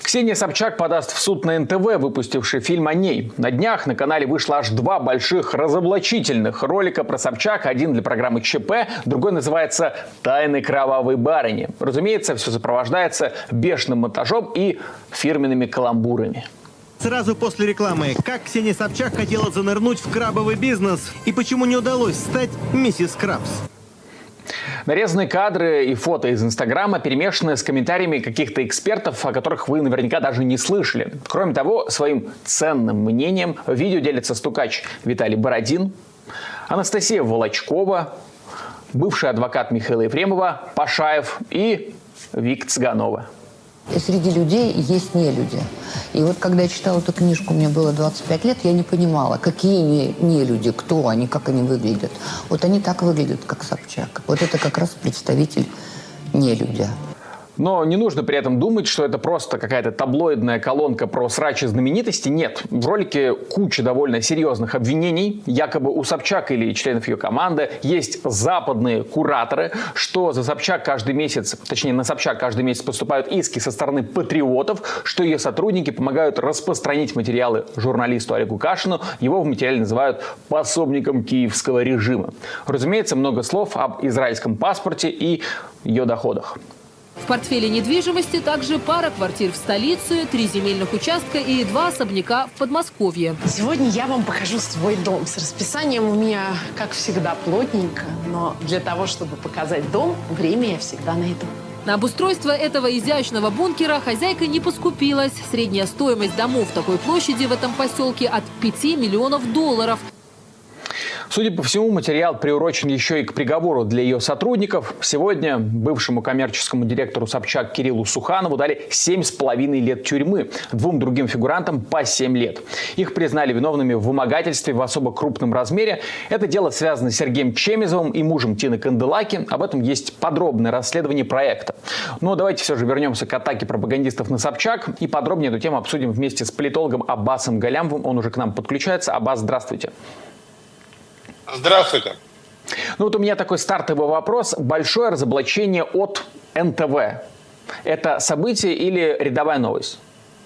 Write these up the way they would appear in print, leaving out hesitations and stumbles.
Ксения Собчак подаст в суд на НТВ, выпустивший фильм о ней. На днях на канале вышло аж 2 больших разоблачительных ролика про Собчак. Один для программы ЧП, другой называется «Тайны кровавой барыни». Разумеется, все сопровождается бешеным монтажом и фирменными каламбурами. Сразу после рекламы. Как Ксения Собчак хотела занырнуть в крабовый бизнес и почему не удалось стать миссис Крабс. Нарезанные кадры и фото из Инстаграма перемешаны с комментариями каких-то экспертов, о которых вы наверняка даже не слышали. Кроме того, своим ценным мнением в видео делится стукач Виталий Бородин, Анастасия Волочкова, бывший адвокат Михаила Ефремова, Пашаев и Вика Цыганова. Среди людей есть нелюди. И вот когда я читала эту книжку, мне было 25 лет, я не понимала, какие нелюди, кто они, как они выглядят. Вот они так выглядят, как Собчак. Вот это как раз представитель нелюдя. Но не нужно при этом думать, что это просто какая-то таблоидная колонка про срачи знаменитости. Нет, в ролике куча довольно серьезных обвинений. Якобы у Собчак или членов ее команды есть западные кураторы, что за Собчак каждый месяц, точнее на Собчак каждый месяц поступают иски со стороны патриотов, что ее сотрудники помогают распространить материалы журналисту Олегу Кашину. Его в материале называют пособником киевского режима. Разумеется, много слов об израильском паспорте и ее доходах. В портфеле недвижимости также пара квартир в столице, 3 земельных участка и 2 особняка в Подмосковье. Сегодня я вам покажу свой дом. С расписанием у меня, как всегда, плотненько. Но для того, чтобы показать дом, время я всегда найду. На обустройство этого изящного бункера хозяйка не поскупилась. Средняя стоимость домов такой площади в этом поселке от $5 миллионов. Судя по всему, материал приурочен еще и к приговору для ее сотрудников. Сегодня бывшему коммерческому директору Собчак Кириллу Суханову дали 7,5 лет тюрьмы, 2 другим фигурантам по 7 лет. Их признали виновными в вымогательстве в особо крупном размере. Это дело связано с Сергеем Чемизовым и мужем Тины Канделаки. Об этом есть подробное расследование проекта. Но давайте все же вернемся к атаке пропагандистов на Собчак и подробнее эту тему обсудим вместе с политологом Аббасом Галямовым. Он уже к нам подключается. Аббас, здравствуйте. Здравствуйте. Ну вот у меня такой стартовый вопрос. Большое разоблачение от НТВ. Это событие или рядовая новость?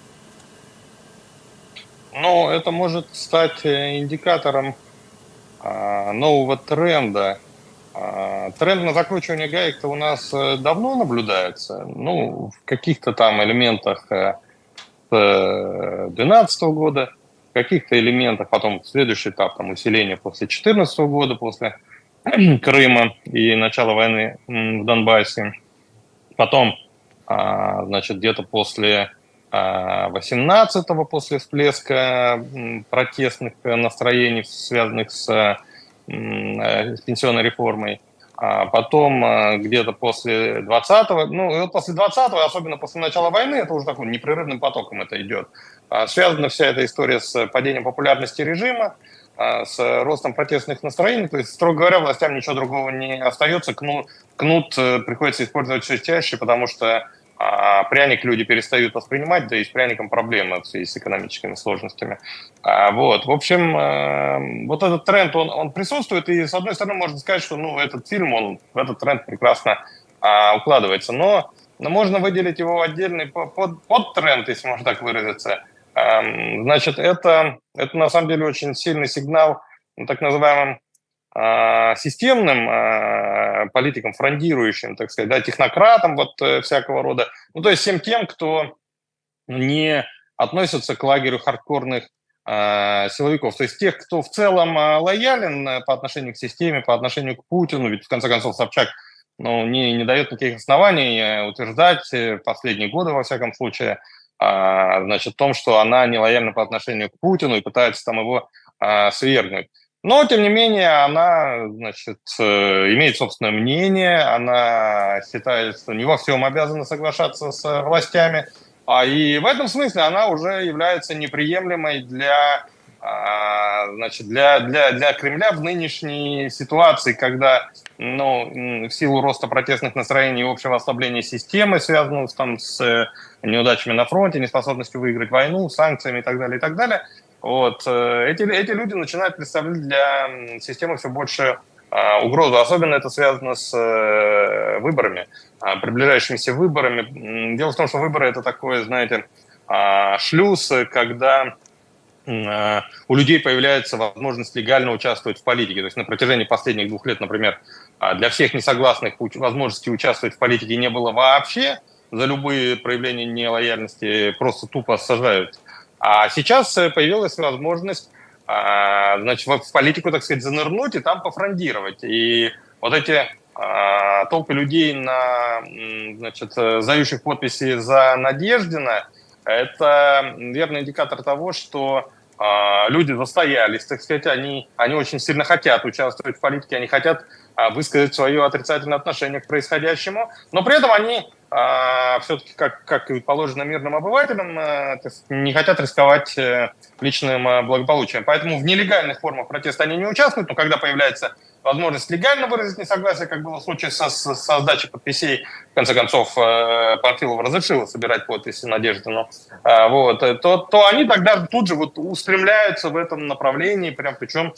Ну, это может стать индикатором нового тренда. Тренд на закручивание гаек-то у нас давно наблюдается. Ну, в каких-то там элементах 2012 года. В каких-то элементах, потом следующий этап там, усиления после 2014 года, после Крыма и начала войны в Донбассе. Потом, значит, где-то после 18-го, после всплеска протестных настроений, связанных с пенсионной реформой. А потом где-то после 20-го, ну, и вот после 20-го, особенно после начала войны, это уже таким непрерывным потоком это идет. Связана вся эта история с падением популярности режима, с ростом протестных настроений. То есть, строго говоря, властям ничего другого не остается. Кнут приходится использовать все чаще, потому что пряник люди перестают воспринимать, да и с пряником проблемы в связи с экономическими сложностями. Вот. В общем, вот этот тренд, он присутствует, и с одной стороны можно сказать, что ну, этот фильм, он в этот тренд прекрасно укладывается, но можно выделить его отдельный подтренд, если можно так выразиться. Значит, это на самом деле очень сильный сигнал так называемым системным политикам, фрондирующим, так сказать, да, технократам вот всякого рода. Ну, то есть всем тем, кто не относится к лагерю хардкорных силовиков. То есть тех, кто в целом лоялен по отношению к системе, по отношению к Путину. Ведь, в конце концов, Собчак не дает никаких оснований утверждать последние годы, во всяком случае, значит, в том, что она не лояльна по отношению к Путину и пытается там его свергнуть. Но, тем не менее, она, значит, имеет собственное мнение, она считает, что не во всем обязана соглашаться с властями, и в этом смысле она уже является неприемлемой для Кремля в нынешней ситуации, когда в силу роста протестных настроений и общего ослабления системы, связанного там, с неудачами на фронте, неспособностью выиграть войну, санкциями и так далее, вот, эти люди начинают представлять для системы все больше угрозу. Особенно это связано с выборами, приближающимися выборами. Дело в том, что выборы – это такое, знаете, шлюз, когда у людей появляется возможность легально участвовать в политике. То есть на протяжении последних 2 лет, например, для всех несогласных возможности участвовать в политике не было вообще. За любые проявления нелояльности просто тупо сажают. А сейчас появилась возможность, значит, в политику, так сказать, занырнуть и там пофрондировать. И вот эти толпы людей, значит, сдающих подписи за Надеждина, это верный индикатор того, что люди застоялись, так сказать, они очень сильно хотят участвовать в политике, они хотят высказать свое отрицательное отношение к происходящему, но при этом они все-таки, как и положено мирным обывателям, не хотят рисковать личным благополучием. Поэтому в нелегальных формах протеста они не участвуют, но когда появляется возможность легально выразить несогласие, как было в случае со сдачей подписей, в конце концов, Панфилов разрешил собирать подписи Надеждину, вот, то они тогда тут же вот устремляются в этом направлении, прям причем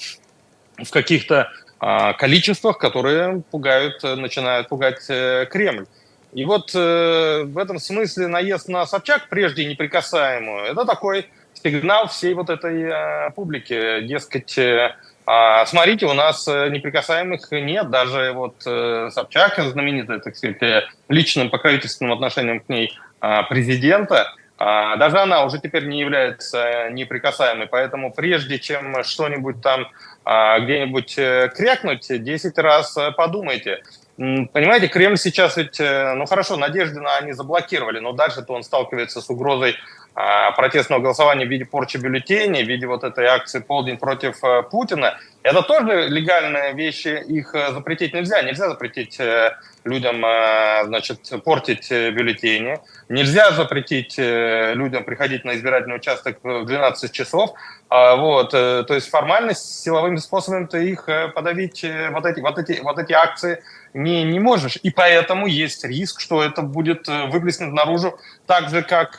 в каких-то количествах, которые начинают пугать Кремль. И вот в этом смысле наезд на Собчак, прежде неприкасаемую, это такой сигнал всей вот этой публике, дескать, смотрите, у нас неприкасаемых нет, даже вот Собчак, знаменитая, так сказать, личным покровительственным отношением к ней президента, даже она уже теперь не является неприкасаемой, поэтому прежде чем что-нибудь там где-нибудь крякнуть, 10 раз подумайте. Понимаете, Кремль сейчас ведь, ну хорошо, Надеждина они заблокировали, но дальше-то он сталкивается с угрозой протестного голосования в виде порчи бюллетеней, в виде вот этой акции «Полдень против Путина». Это тоже легальные вещи, их запретить нельзя. Нельзя запретить людям, значит, портить бюллетени. Нельзя запретить людям приходить на избирательный участок в 12 часов. Вот, то есть формально силовыми способами-то их подавить, вот эти акции не можешь. И поэтому есть риск, что это будет выплеснуть наружу так же, как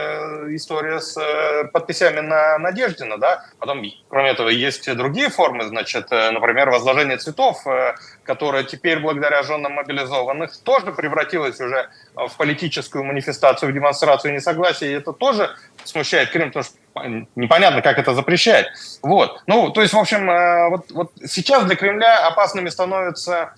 история с подписями на Надеждина. Да? Потом, кроме этого, есть другие формы, значит, например, возложение цветов, которое теперь, благодаря женам мобилизованных, тоже превратилось уже в политическую манифестацию, в демонстрацию несогласия. И это тоже смущает Кремль, потому что непонятно, как это запрещать. Вот. Ну, то есть, в общем, вот сейчас для Кремля опасными становятся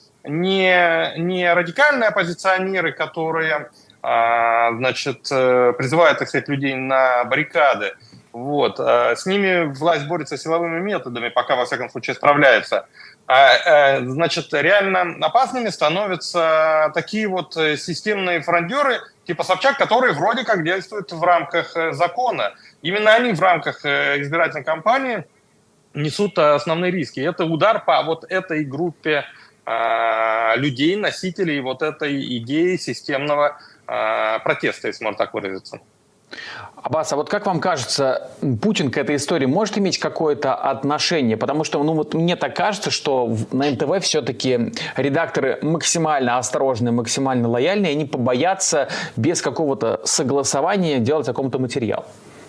не радикальные оппозиционеры, которые, значит, призывают, так сказать, людей на баррикады. Вот. С ними власть борется силовыми методами, пока, во всяком случае, справляется. Значит, реально опасными становятся такие вот системные фрондеры, типа Собчак, которые вроде как действуют в рамках закона. Именно они в рамках избирательной кампании несут основные риски. Это удар по вот этой группе людей, носителей вот этой идеи системного протеста, если можно так выразиться. Аббас, а вот как вам кажется, Путин к этой истории может иметь какое-то отношение? Потому что, ну вот мне так кажется, что на НТВ все-таки редакторы максимально осторожные, максимально лояльные, они побоятся без какого-то согласования делать какой-то материал.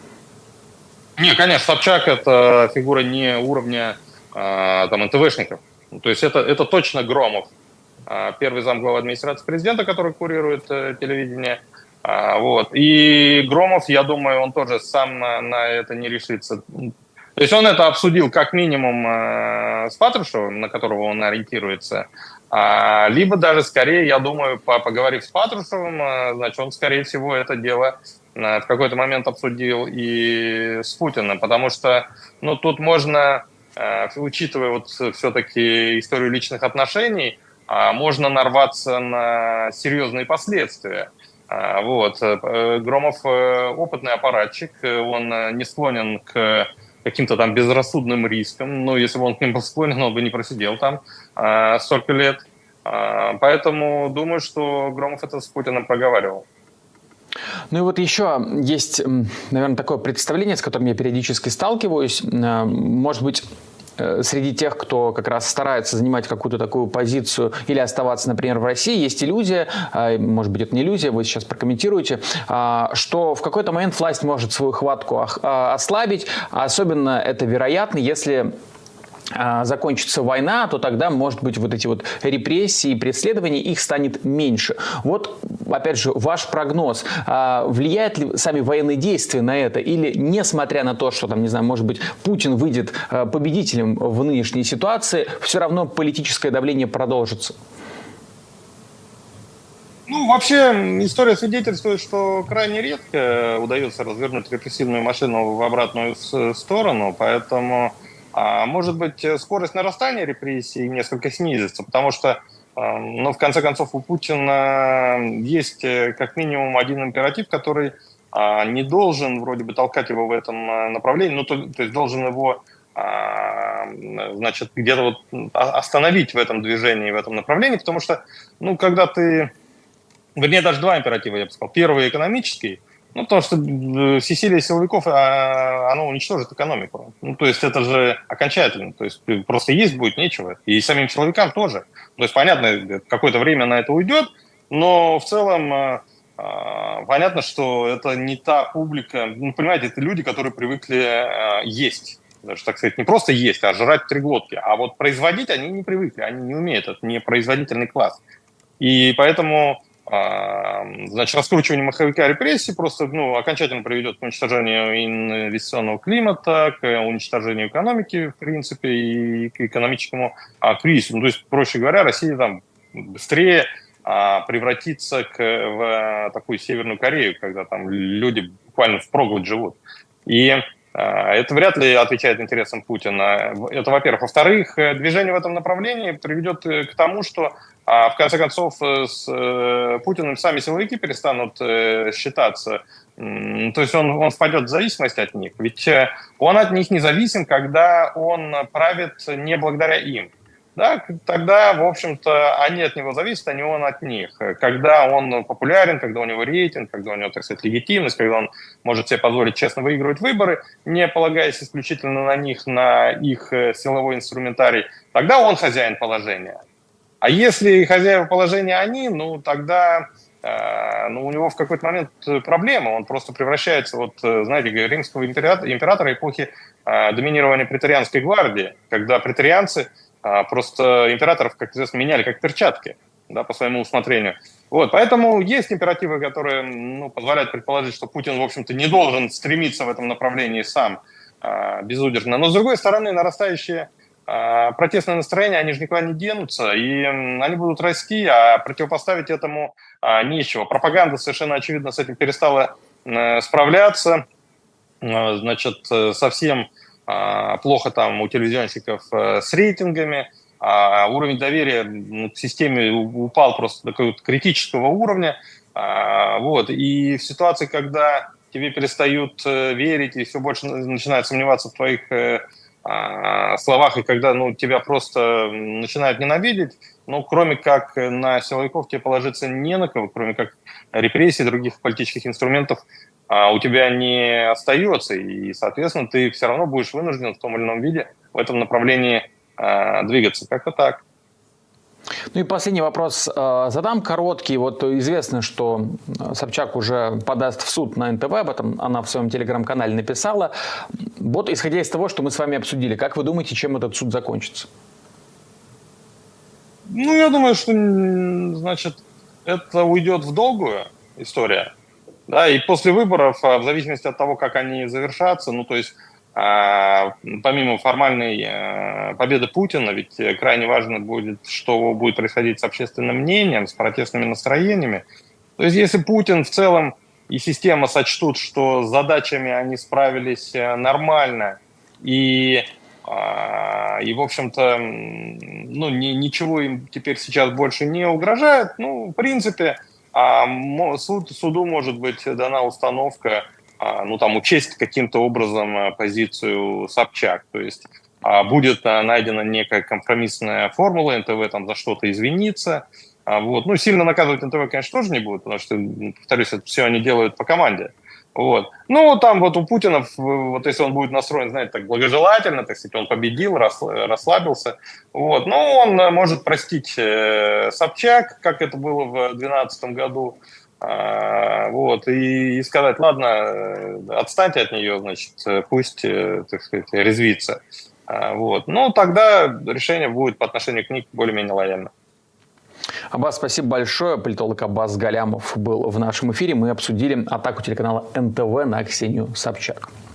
Не, конечно, Собчак – это фигура не уровня там НТВшников. То есть это точно Громов, первый замглавы администрации президента, который курирует телевидение. Вот. И Громов, я думаю, он тоже сам на это не решится. То есть он это обсудил как минимум с Патрушевым, на которого он ориентируется, либо даже скорее, я думаю, поговорив с Патрушевым, значит, он, скорее всего, это дело в какой-то момент обсудил и с Путиным, потому что, ну, тут можно, учитывая вот все-таки историю личных отношений, можно нарваться на серьезные последствия. Вот. Громов опытный аппаратчик, он не склонен к каким-то там безрассудным рискам, но если бы он к ним был склонен, он бы не просидел там столько лет. Поэтому думаю, что Громов это с Путиным проговаривал. Ну и вот еще есть, наверное, такое представление, с которым я периодически сталкиваюсь, может быть, среди тех, кто как раз старается занимать какую-то такую позицию или оставаться, например, в России, есть иллюзия, может быть, это не иллюзия, вы сейчас прокомментируете, что в какой-то момент власть может свою хватку ослабить, особенно это вероятно, если закончится война, то тогда, может быть, вот эти вот репрессии, преследования, их станет меньше. Вот, опять же, ваш прогноз. Влияет ли сами военные действия на это? Или, несмотря на то, что, там, не знаю, может быть, Путин выйдет победителем в нынешней ситуации, все равно политическое давление продолжится? Ну, вообще, история свидетельствует, что крайне редко удается развернуть репрессивную машину в обратную сторону, поэтому, может быть, скорость нарастания репрессий несколько снизится, потому что, ну, в конце концов, у Путина есть как минимум один императив, который не должен вроде бы толкать его в этом направлении, ну, то есть должен его, значит, где-то вот остановить в этом движении, в этом направлении, потому что, ну, когда ты... Вернее, даже два императива, я бы сказал. Первый – экономический, ну, потому что всесилие силовиков, оно уничтожит экономику. Ну, то есть это же окончательно. То есть просто есть будет нечего. И самим силовикам тоже. То есть, понятно, какое-то время на это уйдет, но в целом понятно, что это не та публика. Ну, понимаете, это люди, которые привыкли есть. Даже, так сказать, не просто есть, а жрать три глотки. А вот производить они не привыкли, они не умеют. Это не производительный класс. И поэтому... Значит, раскручивание маховика репрессий просто, ну, окончательно приведет к уничтожению инвестиционного климата, к уничтожению экономики, в принципе, и к экономическому кризису. Ну, то есть, проще говоря, Россия там быстрее превратится в такую Северную Корею, когда там люди буквально впроголодь живут. И это вряд ли отвечает интересам Путина. Это, во-первых. Во-вторых, движение в этом направлении приведет к тому, что в конце концов с Путиным сами силовики перестанут считаться. То есть он впадет в зависимость от них. Ведь он от них независим, когда он правит не благодаря им. Да, тогда, в общем-то, они от него зависят, а не он от них. Когда он популярен, когда у него рейтинг, когда у него, так сказать, легитимность, когда он может себе позволить честно выигрывать выборы, не полагаясь исключительно на них, на их силовой инструментарий, тогда он хозяин положения. А если хозяева положения они, ну, тогда ну, у него в какой-то момент проблема. Он просто превращается, вот, знаете, римского императора эпохи доминирования преторианской гвардии, когда преторианцы просто императоров, как известно, меняли как перчатки, да, по своему усмотрению. Вот, поэтому есть императивы, которые, ну, позволяют предположить, что Путин, в общем-то, не должен стремиться в этом направлении сам безудержно. Но, с другой стороны, нарастающие протестные настроения, они же никуда не денутся, и они будут расти, а противопоставить этому нечего. Пропаганда совершенно очевидно с этим перестала справляться, значит, совсем плохо там у телевизионщиков с рейтингами, уровень доверия к системе упал просто до какого-то критического уровня. Вот. И в ситуации, когда тебе перестают верить и все больше начинают сомневаться в твоих словах, и когда, ну, тебя просто начинают ненавидеть, ну, кроме как на силовиков тебе положиться не на кого, кроме как репрессий, других политических инструментов у тебя не остается, и, соответственно, ты все равно будешь вынужден в том или ином виде в этом направлении двигаться. Как-то так. Ну и последний вопрос задам, короткий. Вот известно, что Собчак уже подаст в суд на НТВ, об этом она в своем телеграм-канале написала. Вот исходя из того, что мы с вами обсудили, как вы думаете, чем этот суд закончится? Ну, я думаю, что, значит, это уйдет в долгую история. Да, и после выборов, в зависимости от того, как они завершатся, ну, то есть, помимо формальной победы Путина, ведь крайне важно будет, что будет происходить с общественным мнением, с протестными настроениями. То есть, если Путин в целом и система сочтут, что с задачами они справились нормально, и в общем-то, ну, ничего им теперь сейчас больше не угрожает, ну, в принципе, суду может быть дана установка, ну, там, учесть каким-то образом позицию Собчак. То есть будет найдена некая компромиссная формула, НТВ там за что-то извинится. Вот. Ну, сильно наказывать НТВ, конечно, тоже не будет, потому что, повторюсь, это все они делают по команде. Вот. Ну, там вот у Путина, вот если он будет настроен, знаете, так благожелательно, так сказать, он победил, расслабился, вот, ну, он может простить Собчак, как это было в 2012 году, вот, и сказать, ладно, отстаньте от нее, значит, пусть, так сказать, резвится. Вот. Ну, тогда решение будет по отношению к ней более-менее лояльно. Аббас, спасибо большое. Политолог Аббас Галямов был в нашем эфире. Мы обсудили атаку телеканала НТВ на Ксению Собчак.